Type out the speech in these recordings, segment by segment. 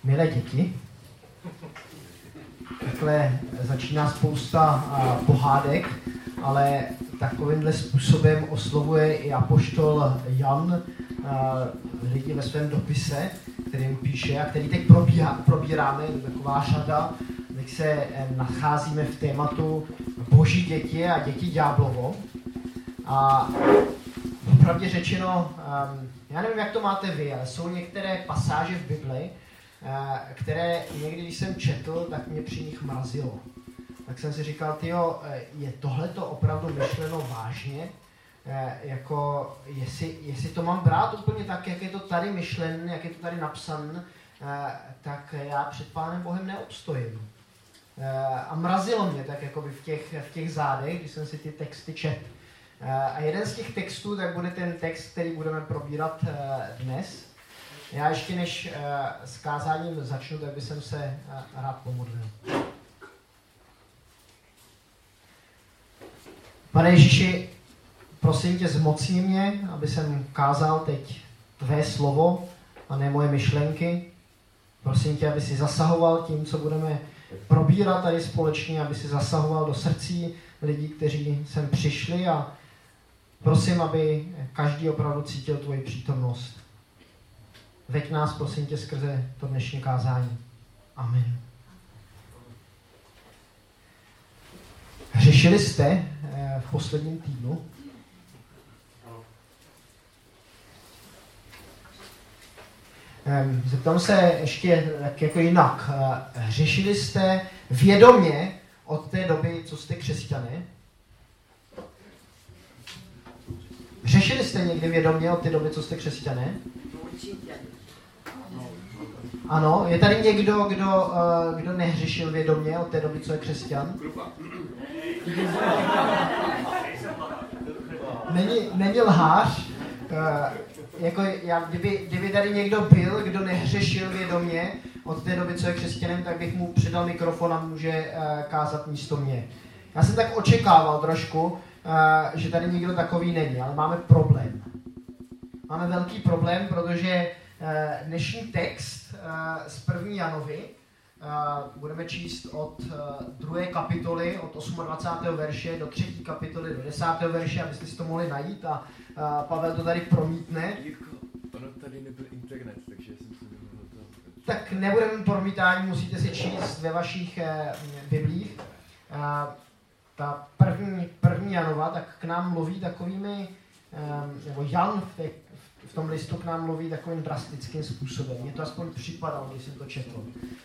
Milé děti, takhle začíná spousta pohádek, ale takovýmhle způsobem oslovuje i apoštol Jan lidi ve svém dopise, kterým píše a který teď probíráme, taková řada, teď se nacházíme v tématu Boží děti a děti ďáblovo. A opravdu řečeno, já nevím, jak to máte vy, ale jsou některé pasáže v Bibli, které někdy, když jsem četl, tak mě při nich mrazilo. Tak jsem si říkal, tyjo, je tohleto opravdu myšleno vážně? Jako, jestli to mám brát úplně tak, jak je to tady myšlen, jak je to tady napsan, tak já před Pánem Bohem neobstojím. A mrazilo mě tak jakoby v těch zádech, když jsem si ty texty četl. A jeden z těch textů, tak bude ten text, který budeme probírat dnes. Já ještě než s kázáním začnu, tak bych se rád pomodlil. Pane Ježíši, prosím tě, zmocni mě, aby jsem kázal teď tvé slovo a ne moje myšlenky. Prosím tě, aby si zasahoval tím, co budeme probírat tady společně, aby si zasahoval do srdcí lidí, kteří sem přišli, a prosím, aby každý opravdu cítil tvoji přítomnost. Veď nás, prosím tě, skrze to dnešní kázání. Amen. Hřešili jste v posledním týdnu? Zeptám se ještě tak jako jinak. Hřešili jste vědomě od té doby, co jste křesťané? Hřešili jste někdy vědomě od té doby, co jste křesťané? Ano, je tady někdo, kdo nehřešil vědomě od té doby, co je křesťan? Není lhář. Kdyby tady někdo byl, kdo nehřešil vědomě od té doby, co je křesťanem, tak bych mu předal mikrofon a může kázat místo mě. Já jsem tak očekával trošku, že tady nikdo takový není, ale máme problém. Máme velký problém, protože dnešní text z 1. Janovi budeme číst od 2. kapitoly, od 28. verše do 3. kapitoly do 10. verše, abyste si to mohli najít, a Pavel to tady promítne. Ono tady nebyl internet, takže jsem si nemohl to... Tak nebudeme promítání, musíte si číst ve vašich biblích. Ta první Janova tak k nám mluví takovými, nebo Jan v tom listu k nám mluví takovým drastickým způsobem. Mně to aspoň připadalo, když jsem to četl.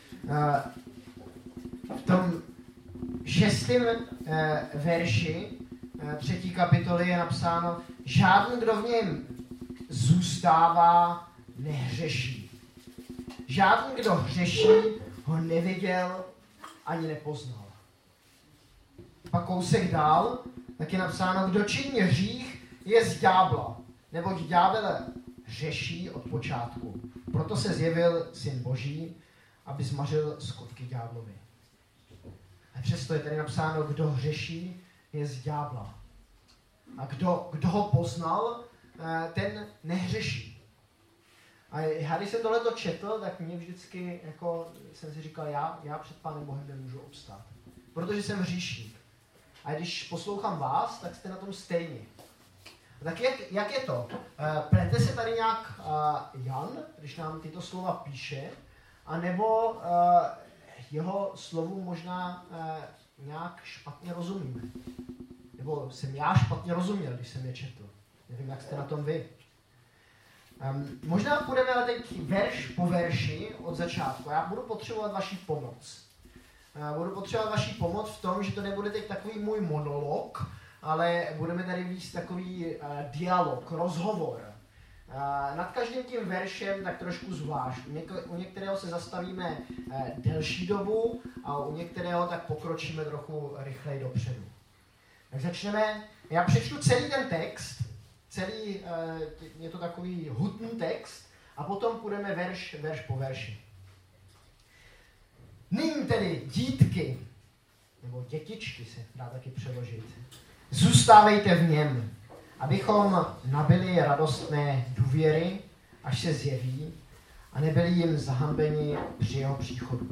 V tom 6. verši 3. kapitoly je napsáno: žádný, kdo v něm zůstává, nehřeší. Žádný, kdo hřeší, ho neviděl ani nepoznal. Pak kousek dál, tak je napsáno: kdo činí hřích, je z ďábla, neboť ďábel hřeší od počátku. Proto se zjevil Syn Boží, aby zmařil skutky ďáblovi. A přesto je tady napsáno: kdo hřeší, je z ďábla. A kdo ho poznal, ten nehřeší. A já, když jsem tohleto četl, tak mě vždycky, jako jsem si říkal, já před Pánem Bohem nemůžu obstát. Protože jsem hříšník. A když poslouchám vás, tak jste na tom stejně. Tak jak je to? Plete se tady nějak Jan, když nám tyto slova píše, anebo jeho slovu možná nějak špatně rozumíme? Nebo jsem já špatně rozuměl, když jsem je četl? Nevím, jak jste na tom vy. Možná půjdeme ale teď verš po verši od začátku. Já budu potřebovat vaši pomoc. Budu potřebovat vaši pomoc v tom, že to nebude teď takový můj monolog, ale budeme tady vést takový dialog, rozhovor. Nad každým tím veršem tak trošku zvlášť. U některého se zastavíme delší dobu a u některého tak pokročíme trochu rychleji dopředu. Tak začneme. Já přečtu celý ten text, je to takový hutný text, a potom půjdeme verš po verši. Nyní tedy dítky, nebo dětičky se dá taky přeložit, zůstávejte v něm, abychom nabili radostné důvěry, až se zjeví, a nebyli jim zahanbeni při jeho příchodu.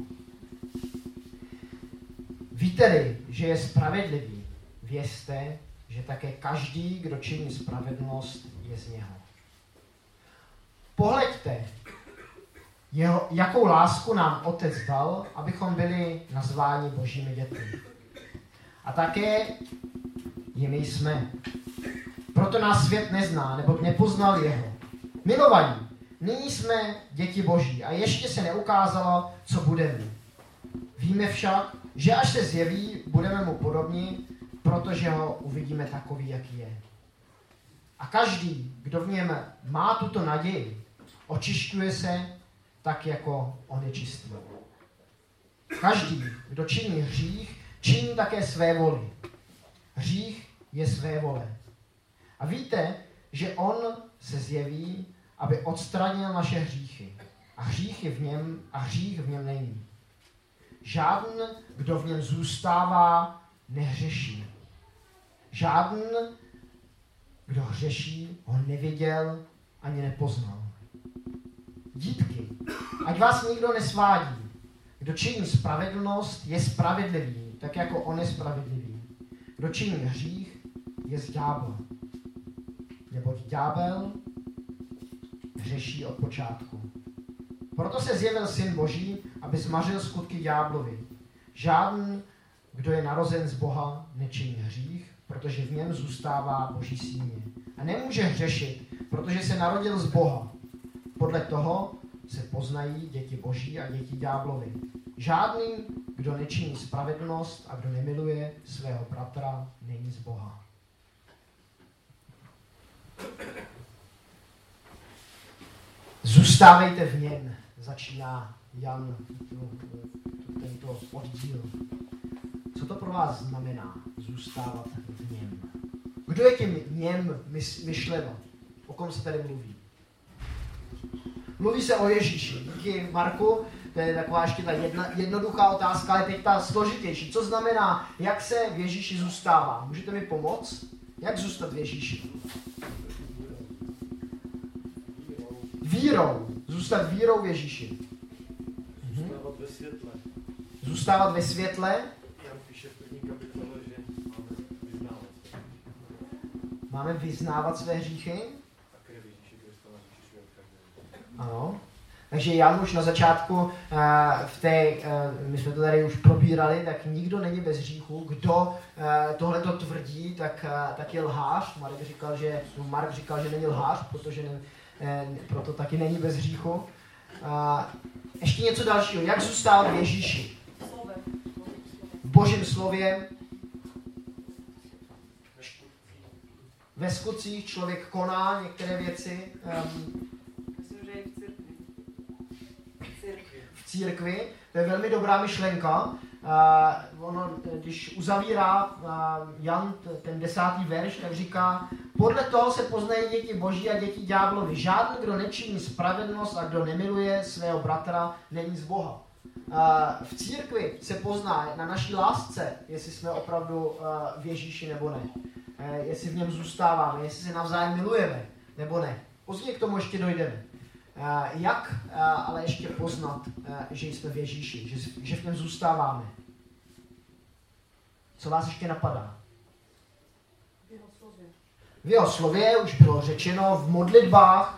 Víte-li, že je spravedlivý, vězte, že také každý, kdo činí spravedlnost, je z něho. Pohleďte, jakou lásku nám Otec dal, abychom byli nazváni Božími dětmi. A také jimi jsme. Proto nás svět nezná, nebo nepoznal jeho. Milovaní, nyní jsme děti Boží a ještě se neukázalo, co budeme. Víme však, že až se zjeví, budeme mu podobní, protože ho uvidíme takový, jaký je. A každý, kdo v něm má tuto naději, očišťuje se tak, jako on je čistý. Každý, kdo činí hřích, činí také své voli. Hřích je své vole. A víte, že on se zjeví, aby odstranil naše hříchy. A hřích v něm není. Žádný, kdo v něm zůstává, nehřeší. Žádný, kdo hřeší, ho neviděl ani nepoznal. Dítky, ať vás nikdo nesvádí. Kdo činí spravedlnost, je spravedlivý, tak jako on je spravedlivý. Kdo činí hřích, je z ďábla. Neboť ďábel hřeší od počátku. Proto se zjevil Syn Boží, aby zmařil skutky ďáblovi. Žádný, kdo je narozen z Boha, nečiní hřích, protože v něm zůstává Boží símě. A nemůže hřešit, protože se narodil z Boha. Podle toho se poznají děti Boží a děti ďáblovi. Žádný, kdo nečiní spravedlnost a kdo nemiluje svého bratra, není z Boha. Zůstávejte v něm, začíná Jan tento oddíl. Co to pro vás znamená zůstávat v něm? Kdo je tím něm myšleno? O kom se tady mluví? Mluví se o Ježíši. Díky Marku, to je taková ještě ta jednoduchá otázka, ale teď ta složitější. Co znamená, jak se v Ježíši zůstává? Můžete mi pomoct? Jak zůstat v Ježíši? Vírou. Zůstat vírou v Ježíši. Zůstávat ve světle. Zůstávat ve světle. Jan píše v první kapitole, že máme vyznávat. Máme vyznávat své hříchy. Ano. Takže Jan už na začátku, my jsme to tady už probírali, tak nikdo není bez hříchu. Kdo tohleto tvrdí, tak je lhář. Mark říkal, že není lhář, protože proto taky není bez hříchu. Ještě něco dalšího. Jak zůstávat v Ježíši? V Božím slově. Ve skutcích člověk koná některé věci. V církvi. To je velmi dobrá myšlenka. Když uzavírá Jan ten 10. verš, tak říká, podle toho se poznají děti Boží a děti ďáblovi. Žádný, kdo nečiní spravedlnost a kdo nemiluje svého bratra, není z Boha. V církvi se pozná na naší lásce, jestli jsme opravdu v Ježíši nebo ne. Jestli v něm zůstáváme, jestli se navzájem milujeme nebo ne. Později k tomu ještě dojdeme. Jak ale ještě poznat, že jsme v Ježíši, že v něm zůstáváme? Co vás ještě napadá? V jeho slově už bylo řečeno v modlitbách,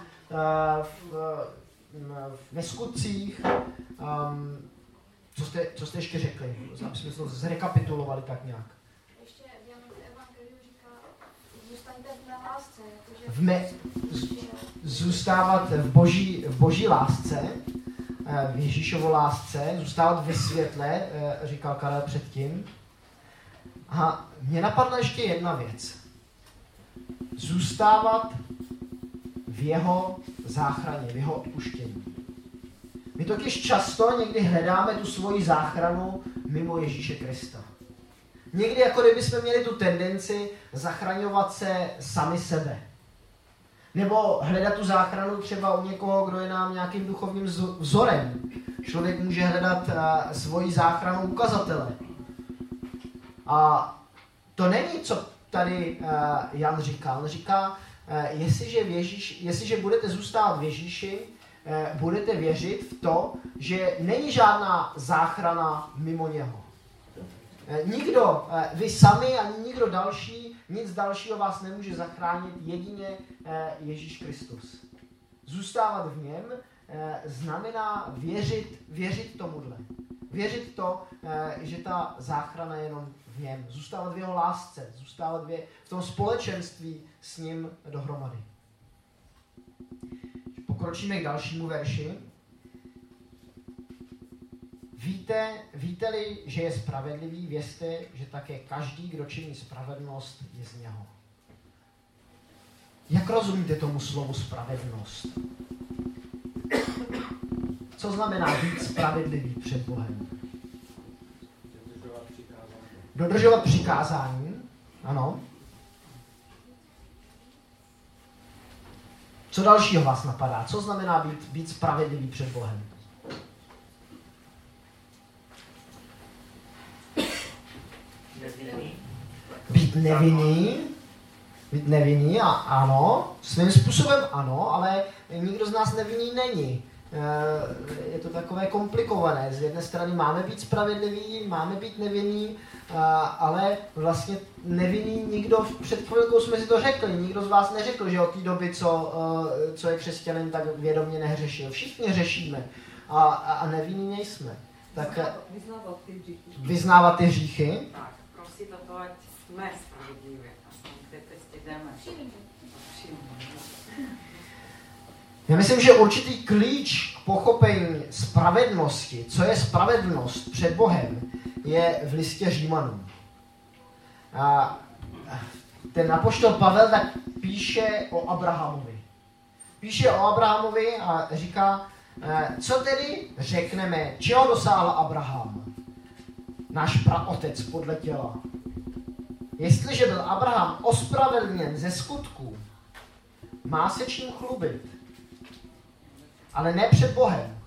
ve skutcích. Co jste ještě řekli? Aby jsme to zrekapitulovali tak nějak. Ještě v Janově evangeliu říká, zůstaňte v mé lásce. Zůstávat v boží lásce, v Ježíšovo lásce, zůstávat ve světle, říkal Karel předtím. A mě napadla ještě jedna věc. Zůstávat v jeho záchraně, v jeho odpuštění. My totiž často někdy hledáme tu svoji záchranu mimo Ježíše Krista. Někdy jako kdybychom měli tu tendenci zachraňovat se sami sebe. Nebo hledat tu záchranu třeba u někoho, kdo je nám nějakým duchovním vzorem. Člověk může hledat svoji záchranu ukazatele. A to není, co tady Jan říká. On říká, jestliže budete zůstávat v Ježíši, budete věřit v to, že není žádná záchrana mimo něho. Nikdo, vy sami ani nikdo další, nic dalšího vás nemůže zachránit, jedině Ježíš Kristus. Zůstávat v něm znamená věřit tomuhle. Věřit to, že ta záchrana je jenom v něm. Zůstávat v jeho lásce, zůstávat v tom společenství s ním dohromady. Pokročíme k dalšímu verši. Víte-li, že je spravedlivý, vězte, že také každý, kdo činí spravedlnost, je z něho. Jak rozumíte tomu slovu spravedlnost? Co znamená být spravedlivý před Bohem? Dodržovat přikázání. Ano. Co dalšího vás napadá? Co znamená být spravedlivý před Bohem? Být nevinný. Být nevinný, a ano, svým způsobem ano, ale nikdo z nás nevinný není. Je to takové komplikované. Z jedné strany máme být spravedliví, máme být nevinný, ale vlastně nevinný nikdo, před chvilkou jsme si to řekli, nikdo z vás neřekl, že od té doby, co je křesťanem, tak vědomě nehřešil. Všichni řešíme a nevinní nejsme. Tak vyznávat ty hříchy. Tak, prosit o to, ať jsme spravedliví. Kde teď jdeme? Já myslím, že určitý klíč k pochopení spravedlnosti, co je spravedlnost před Bohem, je v listě Římanům. A ten apoštol Pavel tak píše o Abrahamovi. Píše o Abrahamovi a říká, co tedy řekneme, čeho dosáhl Abraham, náš praotec podle těla. Jestliže byl Abraham ospravedlněn ze skutků, má se čím chlubit, ale ne před Bohem.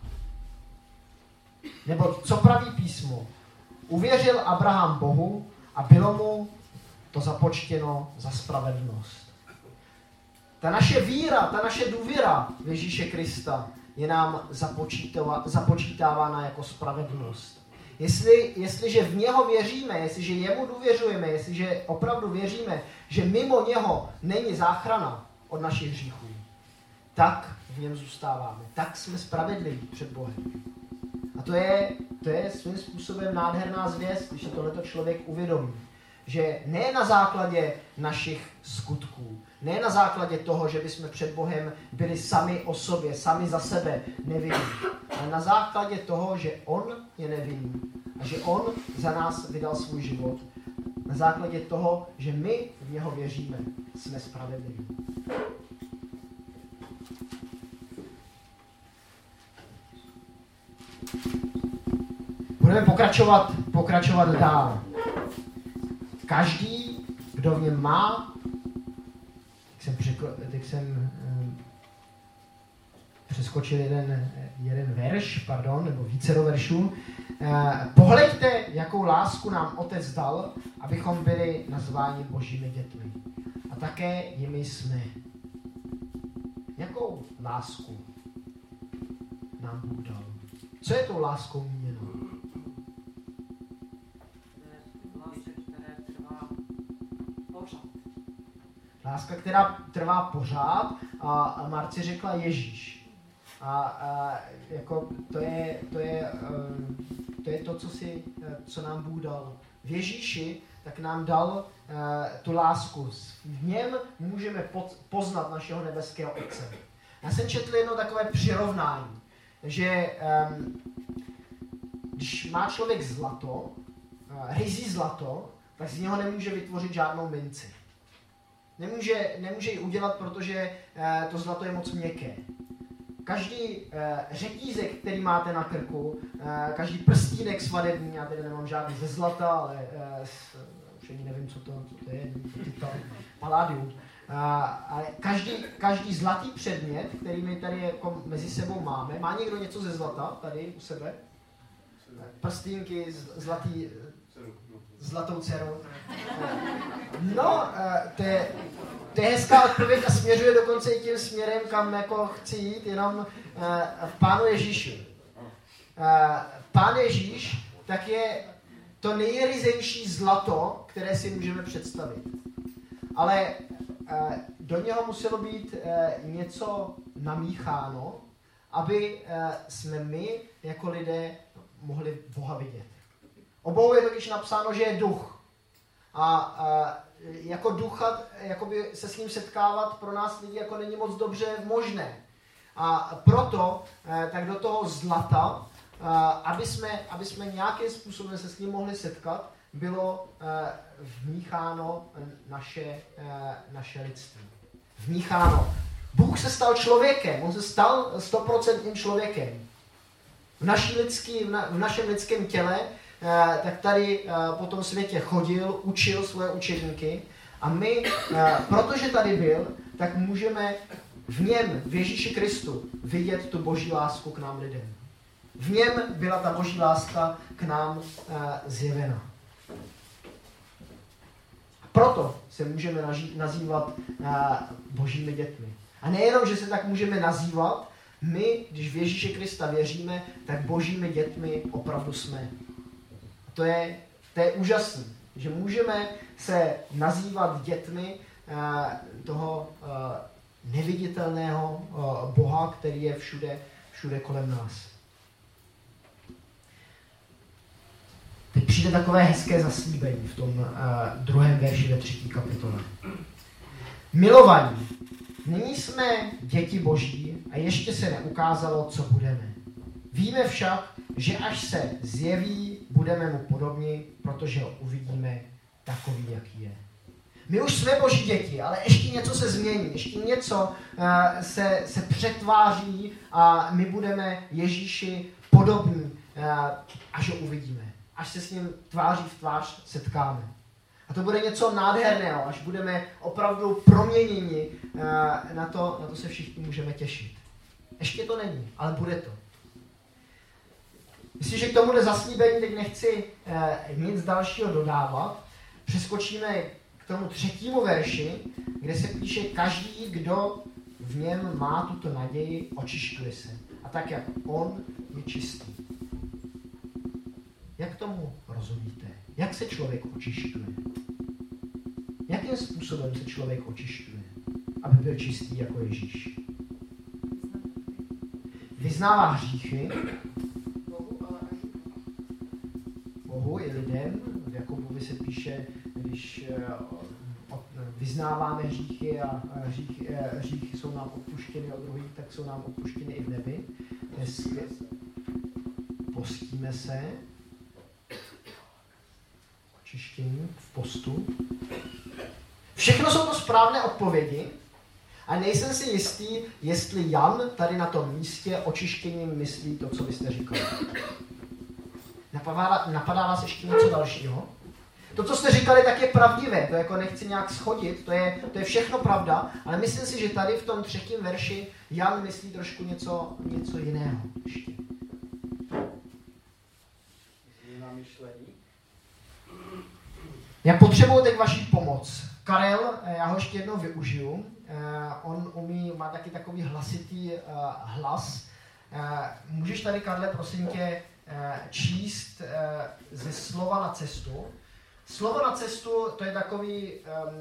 Nebo co praví písmo? Uvěřil Abraham Bohu a bylo mu to započtěno za spravedlnost. Ta naše víra, ta naše důvěra v Ježíše Krista je nám započítávána jako spravedlnost. Jestliže v něho věříme, jestliže jemu důvěřujeme, jestliže opravdu věříme, že mimo něho není záchrana od našich hříchů, tak v něm zůstáváme. Tak jsme spravedliví před Bohem. A to je svým způsobem nádherná zvěst, když si tohleto člověk uvědomí. Že ne na základě našich skutků, ne na základě toho, že bychom před Bohem byli sami o sobě, sami za sebe nevinní, ale na základě toho, že on je nevinný a že on za nás vydal svůj život. Na základě toho, že my v něho věříme, jsme spravedliví. Budeme pokračovat dál. Každý, kdo v něm má, teď jsem přeskočil jeden verš, nebo vícero veršů. Pohleďte, jakou lásku nám Otec dal, abychom byli nazváni Božími dětmi. A také jimi jsme. Jakou lásku nám Bůh dal? Co je tou láskou míněno? Láska, která trvá pořád, a Marci řekla Ježíš. A jako to je to, co nám Bůh dal. V Ježíši tak nám dal tu lásku. V něm můžeme poznat našeho nebeského Otce. Já jsem četl jedno takové přirovnání, že když má člověk zlato, ryzí zlato, tak z něho nemůže vytvořit žádnou minci. Nemůže ji udělat, protože to zlato je moc měkké. Každý řetízek, který máte na krku, každý prstínek svadební, já tedy nemám žádný ze zlata, ale už ani nevím, co to je, paládium. Ale každý zlatý předmět, který my tady jako mezi sebou máme, má někdo něco ze zlata tady u sebe? Prstínky, zlatý, Zlatou dceru. No, to je hezká odpověď a směřuje dokonce i tím směrem, kam jako chci jít, jenom v Pánu Ježíši. Pán Ježíš tak je to nejryzejší zlato, které si můžeme představit. Ale do něho muselo být něco namícháno, aby jsme my jako lidé mohli Boha vidět. Obou je totiž napsáno, že je duch. A jako ducha, jakoby se s ním setkávat pro nás lidi jako není moc dobře možné. A proto tak do toho zlata, aby jsme nějakým způsobem se s ním mohli setkat, bylo vmícháno naše lidství. Vmícháno. Bůh se stal člověkem, on se stal 100% člověkem. V našem lidském těle tak tady po tom světě chodil, učil svoje učedníky a my, protože tady byl, tak můžeme v něm, v Ježíši Kristu, vidět tu boží lásku k nám lidem. V něm byla ta boží láska k nám zjevena. Proto se můžeme nazývat božími dětmi. A nejenom, že se tak můžeme nazývat, my, když v Ježíše Krista věříme, tak božími dětmi opravdu jsme. A to je úžasné, že můžeme se nazývat dětmi toho neviditelného Boha, který je všude kolem nás. Teď přijde takové hezké zaslíbení v tom druhém verši ve 3. kapitole. Milovaní, nyní jsme děti Boží a ještě se neukázalo, co budeme. Víme však, že až se zjeví, budeme mu podobni, protože ho uvidíme takový, jaký je. My už jsme Boží děti, ale ještě něco se změní, ještě něco se přetváří a my budeme Ježíši podobní, až ho uvidíme. Až se s ním tváří v tvář setkáme. A to bude něco nádherného, až budeme opravdu proměněni, na to se všichni můžeme těšit. Ještě to není, ale bude to. Myslím, že k tomuhle zaslíbení teď nechci nic dalšího dodávat. Přeskočíme k tomu 3. verši, kde se píše, každý, kdo v něm má tuto naději, očišťuje se. A tak, jak on je čistý. Jak tomu rozumíte? Jak se člověk očišťuje? Jakým způsobem se člověk očišťuje, aby byl čistý jako Ježíš? Vyznává hříchy Bohu i lidem. V Jakobovi se píše, když vyznáváme hříchy a hříchy jsou nám odpuštěny od druhých, tak jsou nám odpuštěny i v nebi. Postíme se, čištění v postu. Všechno jsou to správné odpovědi a nejsem si jistý, jestli Jan tady na tom místě očištěním myslí to, co byste říkali. Napadá vás ještě něco dalšího? To, co jste říkali, tak je pravdivé, to jako nechci nějak shodit, to je všechno pravda, ale myslím si, že tady v tom 3. verši Jan myslí trošku něco jiného ještě. Změna myšlení. Já potřebuji teď vaši pomoc. Karel, já ho ještě jednou využiju. On má taky takový hlasitý hlas. Můžeš tady, Karle, prosím tě, číst ze Slova na cestu. Slovo na cestu, to je takový,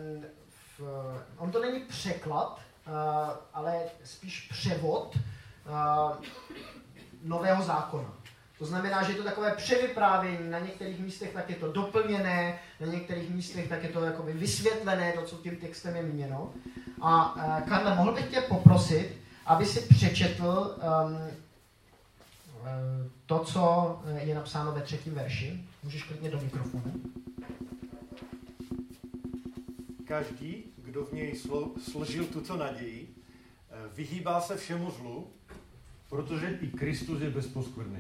on to není překlad, ale spíš převod Nového zákona. To znamená, že je to takové převyprávění, na některých místech tak je to doplněné, na některých místech tak je to jakoby vysvětlené, to, co tím textem je míněno. A Karle, mohl bych tě poprosit, aby si přečetl to, co je napsáno ve 3. verši. Můžeš klidně do mikrofonu. Každý, kdo v něj složil tuto naději, vyhýbá se všemu zlu, protože i Kristus je bezposkvrný.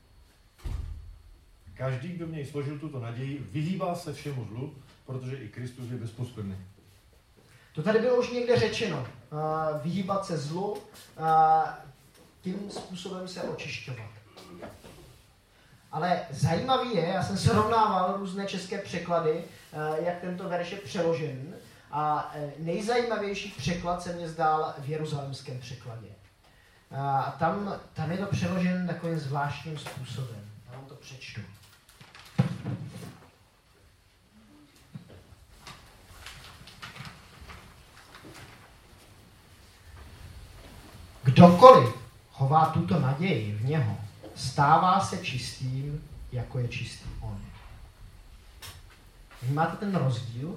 Každý, kdo v něj složil tuto naději, vyhýbá se všemu zlu, protože i Kristus je bezposkvrný. To tady bylo už někde řečeno. Vyhýbat se zlu, tím způsobem se očišťovat. Ale zajímavý je, já jsem srovnával různé české překlady, jak tento verš je přeložen. A nejzajímavější překlad se mně zdál v jeruzalémském překladě. A tam je to přeložen takovým zvláštním způsobem. Já vám to přečtu. Kdokoliv chová tuto naději v něho, stává se čistým, jako je čistý on. Vnímáte ten rozdíl?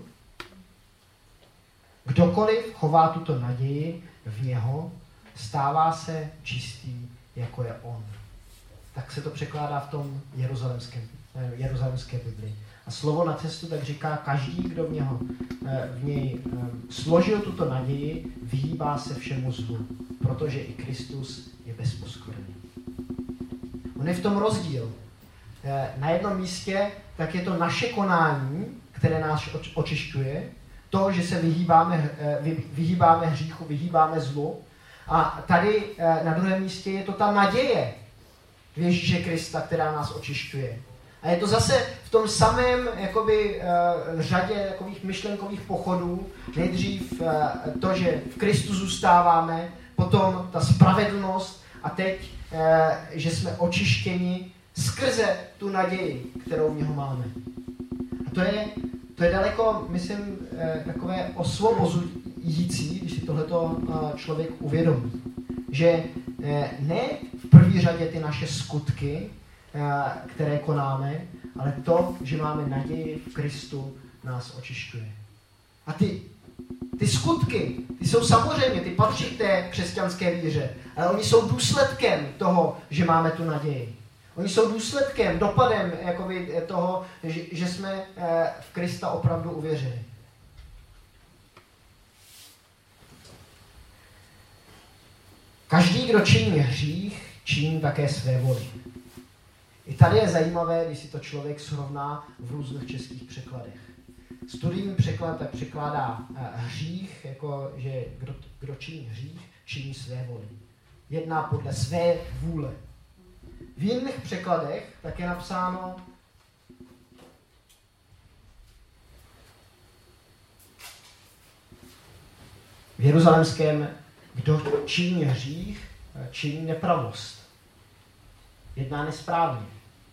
Kdokoliv chová tuto naději v něho, stává se čistý, jako je on. Tak se to překládá v tom jeruzalémské Biblii. A slovo na cestu tak říká, každý, kdo v něj složil tuto naději, vyhýbá se všemu zlu, protože i Kristus je bezposkvrný. On je v tom rozdíl. Na jednom místě tak je to naše konání, které nás očišťuje, to, že se vyhýbáme hříchu, vyhýbáme zlu. A tady na druhém místě je to ta naděje v Ježíše Krista, která nás očišťuje. A je to zase v tom samém řadě takových myšlenkových pochodů. Nejdřív to, že v Kristu zůstáváme, potom ta spravedlnost a teď, že jsme očištěni skrze tu naději, kterou v něho máme. A to je daleko, myslím, takové osvobozující, když si tohleto člověk uvědomí. Že ne v první řadě ty naše skutky, které konáme, ale to, že máme naději v Kristu, nás očišťuje. A ty skutky, ty jsou samozřejmě, ty patří k té křesťanské víře, ale oni jsou důsledkem toho, že máme tu naději. Oni jsou důsledkem, dopadem toho, že jsme v Krista opravdu uvěřili. Každý, kdo činí hřích, činí také své voli. I tady je zajímavé, když si to člověk srovná v různých českých překladech. Studijní překlad tak překládá hřích, jako že kdo činí hřích, činí své voli. Jedná podle své vůle. V jiných překladech tak je napsáno v jeruzalémském, kdo činí hřích, činí nepravost. Jedná nesprávně.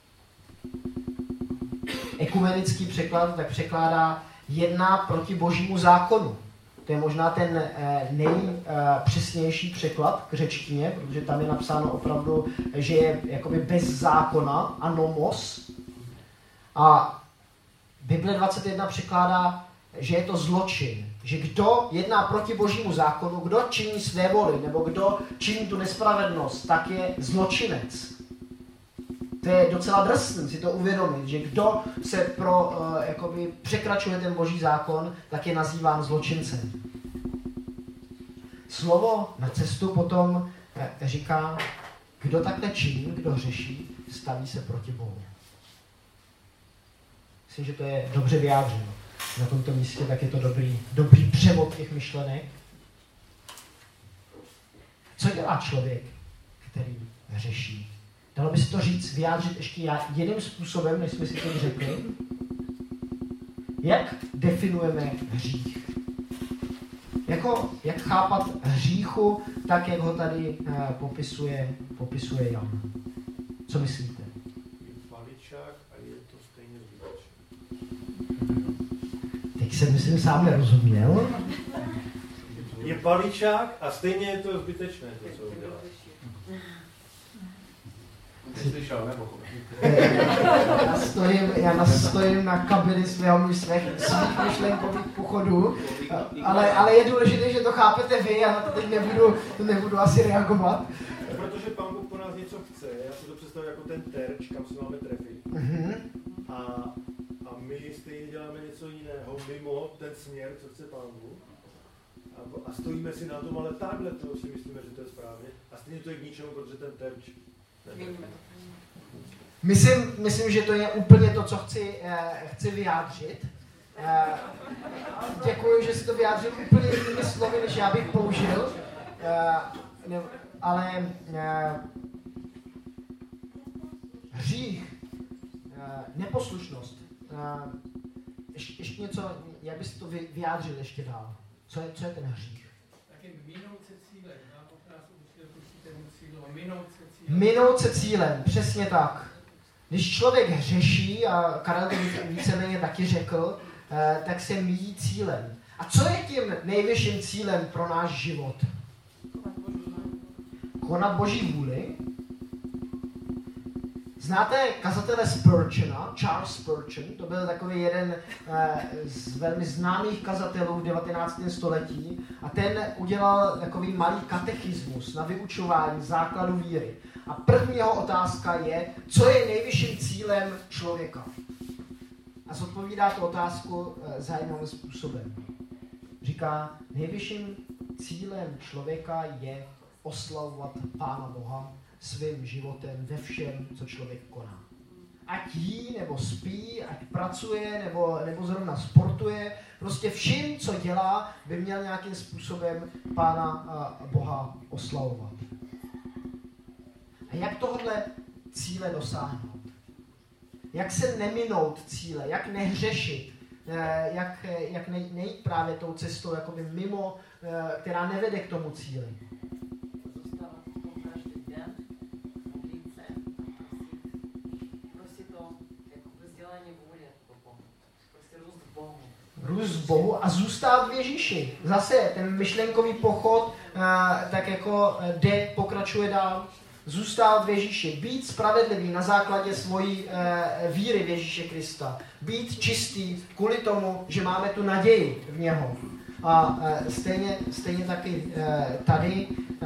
Ekumenický překlad tak překládá jedná proti božímu zákonu. To je možná ten nejpřesnější překlad k řečtině, protože tam je napsáno opravdu, že je jakoby bez zákona, anomos. A Bible 21 překládá, že je to zločin. Že kdo jedná proti božímu zákonu, kdo činí své voli, nebo kdo činí tu nespravedlnost, tak je zločinec. To je docela drsný si to uvědomit, že kdo se překračuje ten boží zákon, tak je nazýván zločincem. Slovo na cestu potom říká, kdo takhle činí, kdo hřeší, staví se proti Bohu. Myslím, že to je dobře vyjádřeno. Na tomto místě tak je to dobrý převod těch myšlenek. Co dělá člověk, který hřeší? Dalo by se to říct, vyjádřit ještě jiným způsobem, než jsme si to řekli. Jak definujeme hřích? Jak chápat hříchu, tak jak ho tady popisuje Jan? Co myslíte? Je paličák a je to stejně zbytečné. Teď jsem, myslím, sám nerozuměl. Je paličák a stejně je to zbytečné, to, co udělá. Neslyšel, nebo? Já nastojím na kabiny svých myšlenkových pochodů, ale je důležité, že to chápete vy, já na to teď nebudu asi reagovat. Protože Pán Bůh po nás něco chce, já si to představím jako ten terč, kam se máme trefit. A my stejně děláme něco jiného, mimo ten směr, co chce Pán Bůh. A stojíme si na tom, ale takhle to si myslíme, že to je správně. A stejně to je k ničemu, protože ten terč. Myslím, že to je úplně to, co chci vyjádřit. Děkuji, že si to vyjádřil úplně jinými slovy, než já bych použil. Ale hřích neposlušnost. Ještě něco, jak bys to vyjádřil ještě dál? Co je ten hřích? Taky minout se cílem. Minout se cílem, přesně tak. Když člověk hřeší, a Karel to víceméně taky řekl, tak se míjí cílem. A co je tím nejvyšším cílem pro náš život? Konat Boží vůli. Znáte kazatele Spurgeona, Charles Spurgeon, to byl takový jeden z velmi známých kazatelů v 19. století a ten udělal takový malý katechismus na vyučování základu víry. A první jeho otázka je, co je nejvyšším cílem člověka. A zodpovídá tu otázku zajímavým způsobem. Říká, nejvyšším cílem člověka je oslavovat Pána Boha svým životem ve všem, co člověk koná. Ať jí, nebo spí, ať pracuje, nebo zrovna sportuje, prostě vším, co dělá, by měl nějakým způsobem Pána Boha oslavovat. A jak tohle cíle dosáhnout? Jak se neminout cíle? Jak nehřešit? Jak nejít právě tou cestou jakoby mimo, která nevede k tomu cíli? Zůstávat v tom každý den, modlit se, prosit to jako vzdělání vůle, prostě růst v Bohu. Růst v Bohu a zůstat v Ježíši. Zase ten myšlenkový pochod tak jako pokračuje dál. Zůstat v Ježíši, být spravedlivý na základě svojí víry v Ježíše Krista. Být čistý kvůli tomu, že máme tu naději v něho. A stejně taky tady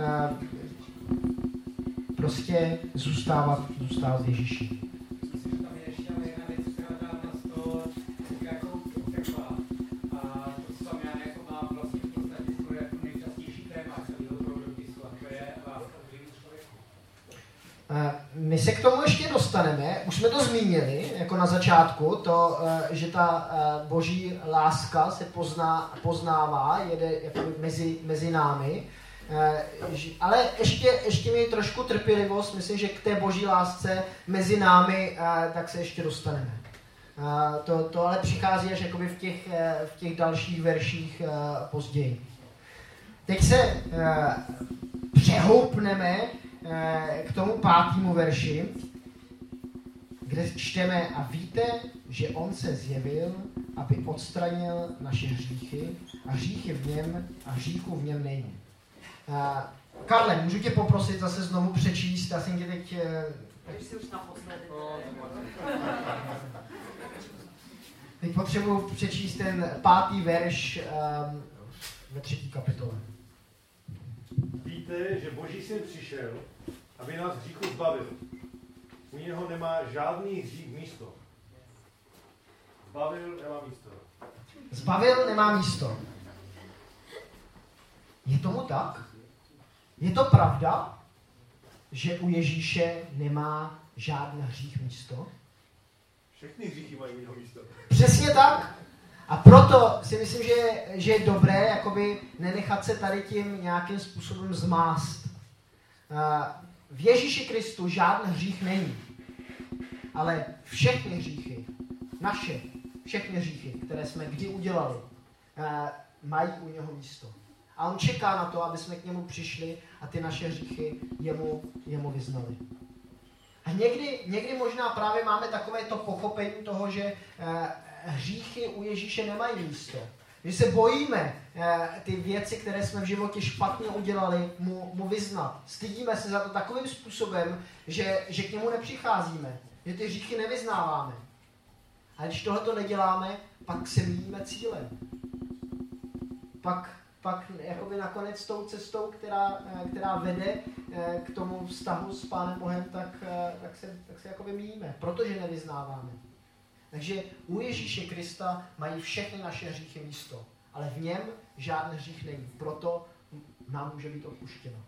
prostě zůstávat v Ježíši. Myslím, že tam je ještě jedna věc, která dá na stůl, jako utekla. A to, co tam já jako mám vlastně v podstatě svoje jako nejčastější téma celého toho dopisu, a to je láska k druhému člověku. My se k tomu ještě dostaneme. Už jsme to zmínili, jako na začátku, to, že ta boží láska se poznává, jede jako mezi námi. Ale ještě měj trošku trpělivost, myslím, že k té boží lásce mezi námi, tak se ještě dostaneme. To ale přichází až jakoby v těch dalších verších později. Teď se přehoupneme k tomu 5. verši, kde čteme: a víte, že on se zjevil, aby odstranil naše hříchy a hříchy v něm a hříchu v něm není. Karle, můžu tě poprosit zase znovu přečíst, já jsem tě teď... Když si už naposledy. Teď potřebuji přečíst ten 5. verš ve 3. kapitole. Víte, že Boží syn přišel, aby nás hříchu zbavil. U něho nemá žádný hřích místo. Zbavil nemá místo. Zbavil nemá místo. Je tomu tak? Je to pravda, že u Ježíše nemá žádný hřích místo? Všechny hříchy mají jeho místo. Přesně tak. A proto si myslím, že je dobré jakoby nenechat se tady tím nějakým způsobem zmást. V Ježíši Kristu žádný hřích není. Ale všechny hříchy, všechny hříchy, které jsme kdy udělali, mají u něho místo. A on čeká na to, aby jsme k němu přišli a ty naše hříchy jemu vyznali. A někdy možná právě máme takové to pochopení toho, že hříchy u Ježíše nemají místo. Že se bojíme ty věci, které jsme v životě špatně udělali, mu vyznat. Stydíme se za to takovým způsobem, že k němu nepřicházíme. Že ty hříchy nevyznáváme. A když tohleto neděláme, pak se míjíme cílem. Pak jakoby nakonec tou cestou, která vede k tomu vztahu s Pánem Bohem, tak se jakoby míjíme, protože nevyznáváme. Takže u Ježíše Krista mají všechny naše hříchy místo, ale v něm žádný hřích není, proto nám může být odpuštěno.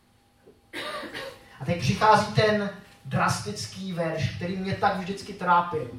A teď přichází ten drastický verš, který mě tak vždycky trápil.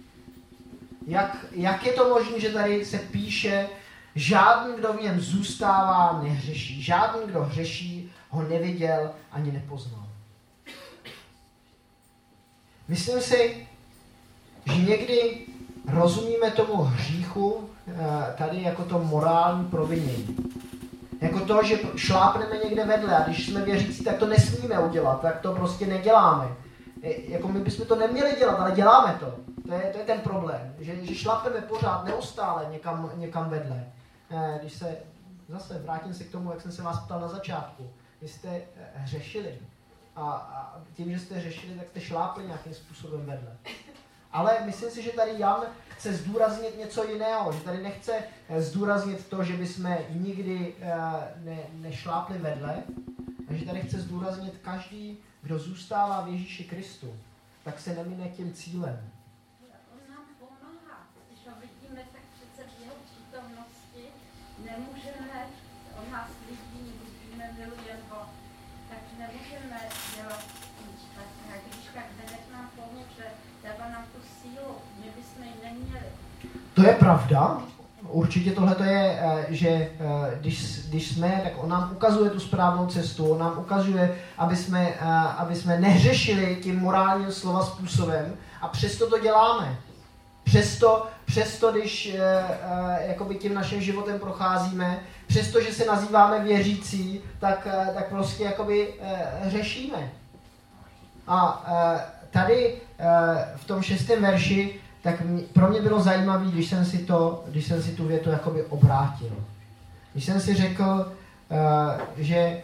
Jak je to možné, že tady se píše: žádný, kdo v něm zůstává, nehřeší. Žádný, kdo hřeší, ho neviděl ani nepoznal. Myslím si, že někdy rozumíme tomu hříchu tady jako to morální provinění. Jako to, že šlápneme někde vedle a když jsme věřící, tak to nesmíme udělat, tak to prostě neděláme. Jako my bychom to neměli dělat, ale děláme to. To je ten problém, že šlapeme pořád neustále někam vedle. Když se zase vrátím se k tomu, jak jsem se vás ptal na začátku. Vy jste hřešili a tím, že jste hřešili, tak jste šlápli nějakým způsobem vedle. Ale myslím si, že tady Jan chce zdůraznit něco jiného, že tady nechce zdůraznit to, že bychom nikdy nešlápli vedle, a že tady chce zdůraznit každý, kdo zůstává v Ježíši Kristu, tak se nemine tím cílem. On nám pomáhá, když ho vidíme, tak přece v jeho přítomnosti nemůžeme, on nás vidí, vidíme, milujeme ho, tak nemůžeme dělat nic špatně. A když tak hned nám pomůže, dává nám tu sílu, my bychom ji neměli. To je pravda. Určitě tohle je, že když jsme, tak on nám ukazuje tu správnou cestu, on nám ukazuje, aby jsme nehřešili tím morálním slova způsobem a přesto to děláme. Přesto když jakoby tím naším životem procházíme, přesto, že se nazýváme věřící, tak prostě jakoby hřešíme. A tady v tom 6. verši tak pro mě bylo zajímavé, když jsem si tu větu jakoby obrátil. Když jsem si řekl, že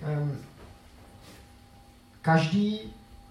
každý,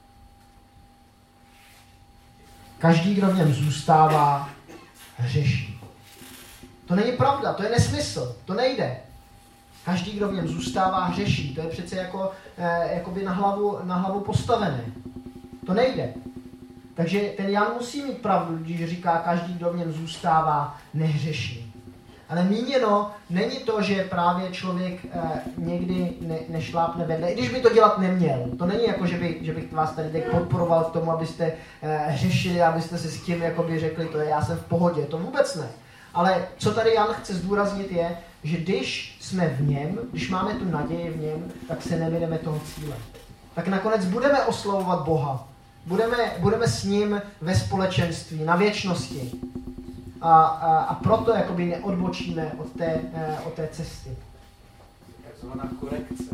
kdo v něm zůstává, hřeší. To není pravda, to je nesmysl, to nejde. Každý, kdo v něm zůstává, hřeší. To je přece jakoby na hlavu postavené. To nejde. Takže ten Jan musí mít pravdu, když říká, každý, kdo v něm zůstává, nehřeší. Ale míněno není to, že právě člověk někdy nešlápne vedle, i když by to dělat neměl. To není jako, že bych vás tady teď podporoval k tomu, abyste hřešili, abyste si s tím jakoby řekli, já jsem v pohodě. To vůbec ne. Ale co tady Jan chce zdůraznit je, že když jsme v něm, když máme tu naději v něm, tak se nemineme toho cíle. Tak nakonec budeme oslavovat Boha. Budeme s ním ve společenství, na věčnosti. A proto jakoby neodbočíme od té cesty. Takzvaná korekce.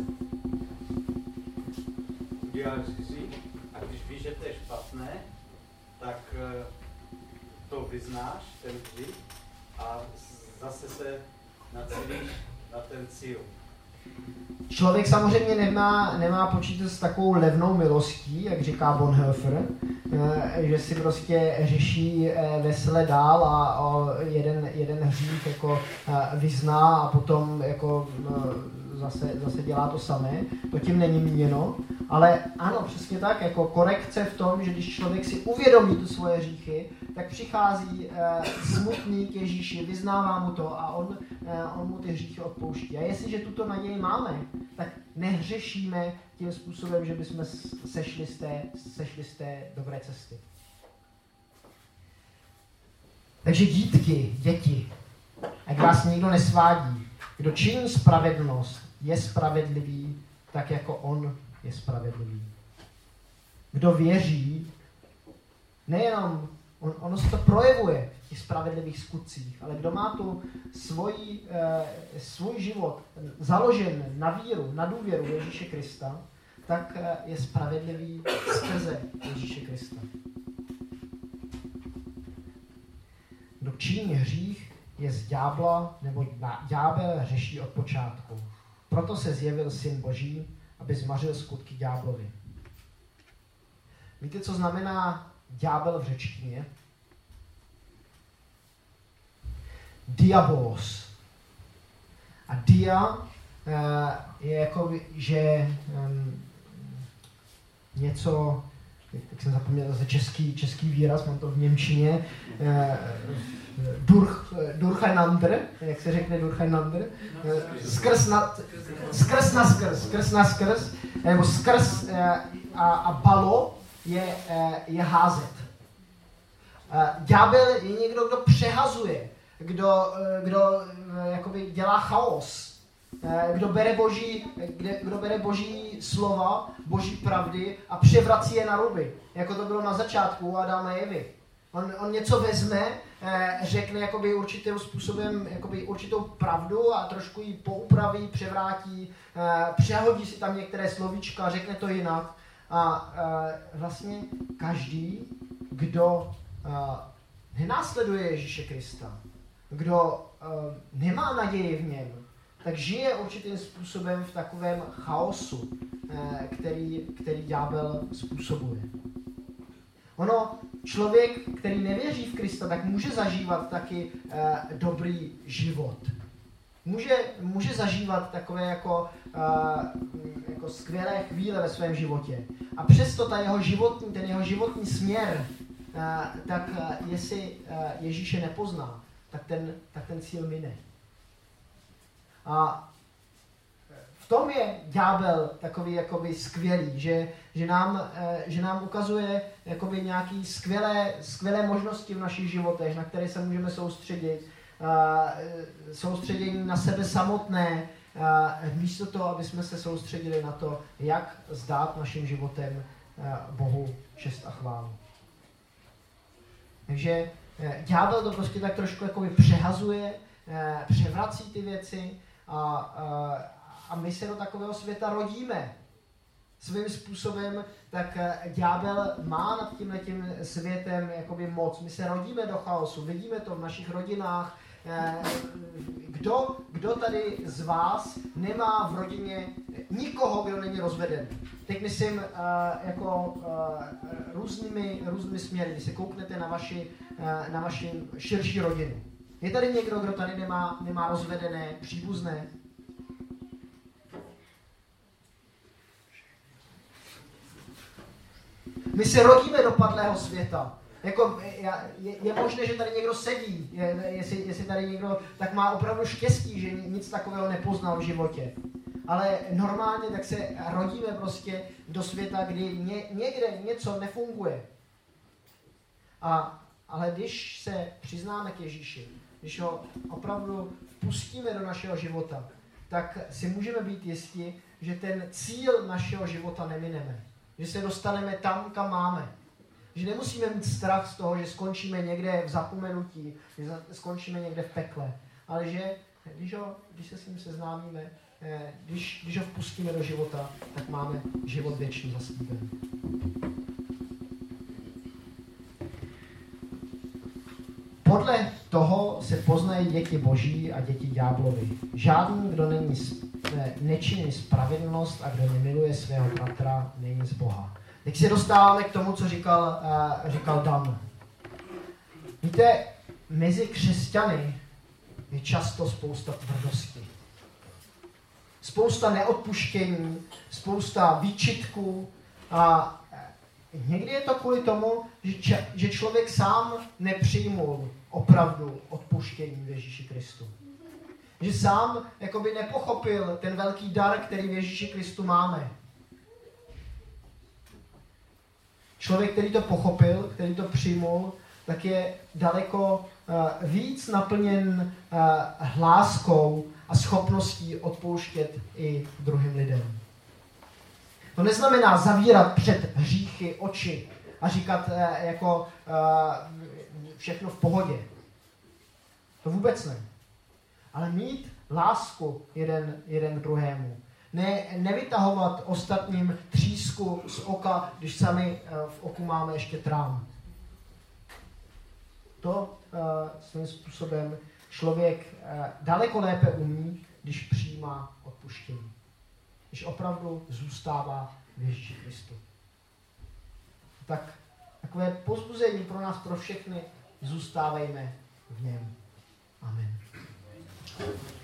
Uděláš hřích a když víš, že to je špatné, tak to vyznáš, ten hřích, a zase se nacílíš na ten cíl. Člověk samozřejmě nemá počítat s takovou levnou milostí, jak říká Bonhoeffer, že si prostě řeší vesele dál a jeden hřích jako vyzná a potom jako zase dělá to samé. To tím není míněno, ale ano, přesně tak, jako korekce v tom, že když člověk si uvědomí tu svoje hříchy, tak přichází smutný k Ježíši, vyznává mu to a on mu ty hříchy odpouští. A jestliže tuto naději máme, tak nehřešíme tím způsobem, že bychom sešli z té dobré cesty. Takže děti, ať vás nikdo nesvádí. Kdo činí spravedlnost, je spravedlivý, tak jako on je spravedlivý. Kdo věří, nejenom, ono se to projevuje v těch spravedlivých skutcích, ale kdo má tu svůj život založen na víru, na důvěru Ježíše Krista, tak je spravedlivý skrze Ježíše Krista. Kdo činí hřích, je z ďábla, nebo ďábel hřeší od počátku. Proto se zjevil Syn Boží, aby zmařil skutky ďáblovi. Víte, co znamená ďábel v řečtině? Diabolos. A dia je jako, že něco, jak jsem zapomněl zase český výraz, mám to v němčině, Durcheinander, jak se řekne Durcheinander, skrz na skrz, nebo skrz a balo je házet. Ďábel je někdo, kdo přehazuje, kdo jakoby dělá chaos, kdo bere boží slova, boží pravdy a převrací je na ruby, jako to bylo na začátku u Adama a Evy. On něco vezme, řekne jakoby určitým způsobem jakoby určitou pravdu a trošku ji poupraví, převrátí, přehodí si tam některé slovíčka, řekne to jinak. A vlastně každý, kdo nenásleduje Ježíše Krista, kdo nemá naději v něm, tak žije určitým způsobem v takovém chaosu, který ďábel způsobuje. Ono, člověk, který nevěří v Krista, tak může zažívat taky dobrý život. Může zažívat takové jako skvělé chvíle ve svém životě. A přesto ten jeho životní směr, tak jestli Ježíše nepozná, tak ten cíl mine. A v tom je ďábel takový jakoby skvělý, že nám ukazuje jakoby nějaké skvělé možnosti v našich životech, na které se můžeme soustředit. Soustředění na sebe samotné, místo toho, aby jsme se soustředili na to, jak zdát naším životem Bohu čest a chválu. Takže ďábel to prostě tak trošku jakoby přehazuje, převrací ty věci a my se do takového světa rodíme. Svým způsobem, tak ďábel má nad tímhletím světem jakoby moc. My se rodíme do chaosu, vidíme to v našich rodinách. Kdo tady z vás nemá v rodině nikoho, kdo není rozveden? Teď myslím různými směry, když se kouknete na vaši širší rodinu. Je tady někdo, kdo tady nemá rozvedené příbuzné? My se rodíme do padlého světa. Je možné, že tady někdo sedí, jestli tady někdo tak má opravdu štěstí, že nic takového nepoznal v životě. Ale normálně tak se rodíme prostě do světa, kdy někde něco nefunguje. Ale když se přiznáme k Ježíši, když ho opravdu vpustíme do našeho života, tak si můžeme být jistí, že ten cíl našeho života nemineme. Že se dostaneme tam, kam máme. Že nemusíme mít strach z toho, že skončíme někde v zapomenutí, že skončíme někde v pekle. Ale že když se s ním seznámíme, když ho vpustíme do života, tak máme život věčný zaslíbený. Podle toho se poznají děti Boží a děti ďáblovi. Žádný, kdo nečiní spravedlnost a kdo nemiluje svého bratra, není z Boha. Teď se dostáváme k tomu, co říkal Dan. Víte, mezi křesťany je často spousta tvrdosti. Spousta neodpuštění, spousta výčitků a někdy je to kvůli tomu, že člověk sám nepřijmul opravdu odpuštění v Ježíši Kristu. Že sám jakoby nepochopil ten velký dar, který v Ježíši Kristu máme. Člověk, který to pochopil, který to přijmul, tak je daleko víc naplněn láskou a schopností odpouštět i druhým lidem. To neznamená zavírat před hříchy oči a říkat všechno v pohodě. To vůbec ne. Ale mít lásku jeden k druhému. Nevytahovat ostatním třísku z oka, když sami v oku máme ještě trám. To svým způsobem člověk daleko lépe umí, když přijímá odpuštění. Když opravdu zůstává v Ježíši Kristu. Tak takové povzbuzení pro nás, pro všechny, zůstávejme v něm. Amen.